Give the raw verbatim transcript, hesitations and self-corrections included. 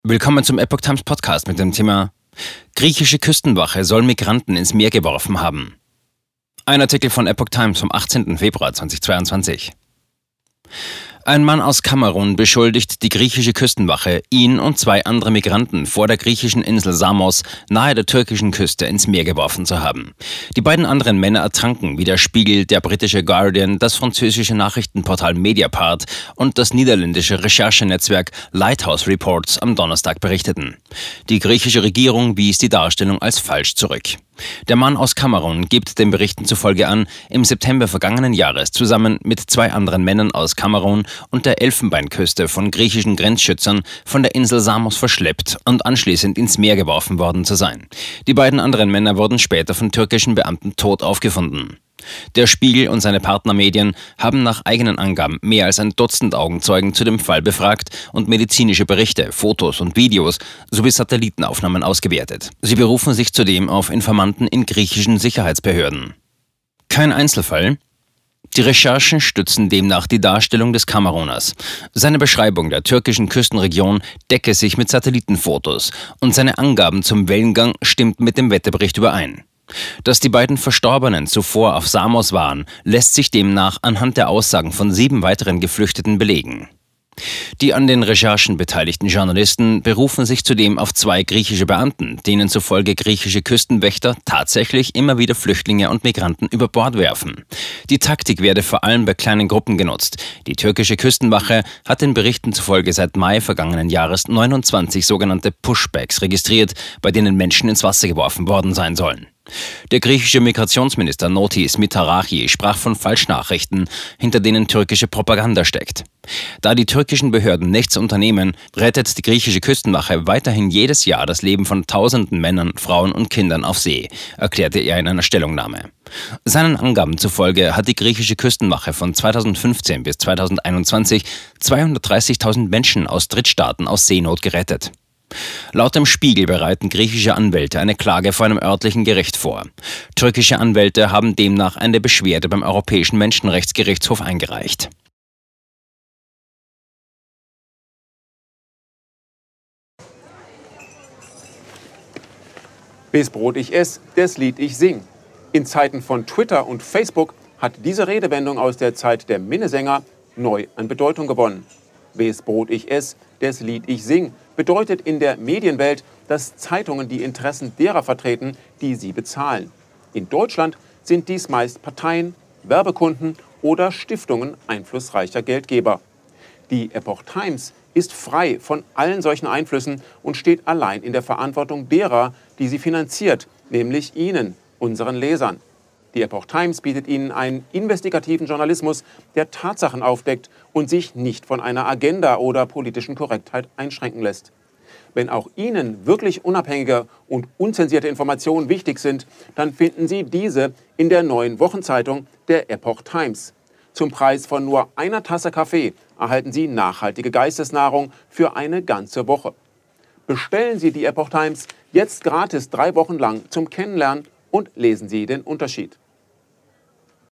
Willkommen zum Epoch Times Podcast mit dem Thema Griechische Küstenwache soll Migranten ins Meer geworfen haben. Ein Artikel von Epoch Times vom achtzehnten Februar zweitausendzweiundzwanzig. Ein Mann aus Kamerun beschuldigt die griechische Küstenwache, ihn und zwei andere Migranten vor der griechischen Insel Samos nahe der türkischen Küste ins Meer geworfen zu haben. Die beiden anderen Männer ertranken, wie der Spiegel, der britische Guardian, das französische Nachrichtenportal Mediapart und das niederländische Recherchenetzwerk Lighthouse Reports am Donnerstag berichteten. Die griechische Regierung wies die Darstellung als falsch zurück. Der Mann aus Kamerun gibt den Berichten zufolge an, im September vergangenen Jahres zusammen mit zwei anderen Männern aus Kamerun und der Elfenbeinküste von griechischen Grenzschützern von der Insel Samos verschleppt und anschließend ins Meer geworfen worden zu sein. Die beiden anderen Männer wurden später von türkischen Beamten tot aufgefunden. Der Spiegel und seine Partnermedien haben nach eigenen Angaben mehr als ein Dutzend Augenzeugen zu dem Fall befragt und medizinische Berichte, Fotos und Videos sowie Satellitenaufnahmen ausgewertet. Sie berufen sich zudem auf Informanten in griechischen Sicherheitsbehörden. Kein Einzelfall. Die Recherchen stützen demnach die Darstellung des Kameruners. Seine Beschreibung der türkischen Küstenregion decke sich mit Satellitenfotos und seine Angaben zum Wellengang stimmt mit dem Wetterbericht überein. Dass die beiden Verstorbenen zuvor auf Samos waren, lässt sich demnach anhand der Aussagen von sieben weiteren Geflüchteten belegen. Die an den Recherchen beteiligten Journalisten berufen sich zudem auf zwei griechische Beamten, denen zufolge griechische Küstenwächter tatsächlich immer wieder Flüchtlinge und Migranten über Bord werfen. Die Taktik werde vor allem bei kleinen Gruppen genutzt. Die türkische Küstenwache hat den Berichten zufolge seit Mai vergangenen Jahres neunundzwanzig sogenannte Pushbacks registriert, bei denen Menschen ins Wasser geworfen worden sein sollen. Der griechische Migrationsminister Notis Mitarachi sprach von Falschnachrichten, hinter denen türkische Propaganda steckt. Da die türkischen Behörden nichts unternehmen, rettet die griechische Küstenwache weiterhin jedes Jahr das Leben von tausenden Männern, Frauen und Kindern auf See, erklärte er in einer Stellungnahme. Seinen Angaben zufolge hat die griechische Küstenwache von zweitausendfünfzehn bis zweitausendeinundzwanzig zweihundertdreißigtausend Menschen aus Drittstaaten aus Seenot gerettet. Laut dem Spiegel bereiten griechische Anwälte eine Klage vor einem örtlichen Gericht vor. Türkische Anwälte haben demnach eine Beschwerde beim Europäischen Menschenrechtsgerichtshof eingereicht. Wes Brot ich ess, des Lied ich sing. In Zeiten von Twitter und Facebook hat diese Redewendung aus der Zeit der Minnesänger neu an Bedeutung gewonnen. Wes Brot ich ess, des Lied ich sing bedeutet in der Medienwelt, dass Zeitungen die Interessen derer vertreten, die sie bezahlen. In Deutschland sind dies meist Parteien, Werbekunden oder Stiftungen einflussreicher Geldgeber. Die Epoch Times ist frei von allen solchen Einflüssen und steht allein in der Verantwortung derer, die sie finanziert, nämlich Ihnen, unseren Lesern. Die Epoch Times bietet Ihnen einen investigativen Journalismus, der Tatsachen aufdeckt und sich nicht von einer Agenda oder politischen Korrektheit einschränken lässt. Wenn auch Ihnen wirklich unabhängige und unzensierte Informationen wichtig sind, dann finden Sie diese in der neuen Wochenzeitung der Epoch Times. Zum Preis von nur einer Tasse Kaffee erhalten Sie nachhaltige Geistesnahrung für eine ganze Woche. Bestellen Sie die Epoch Times jetzt gratis drei Wochen lang zum Kennenlernen und lesen Sie den Unterschied.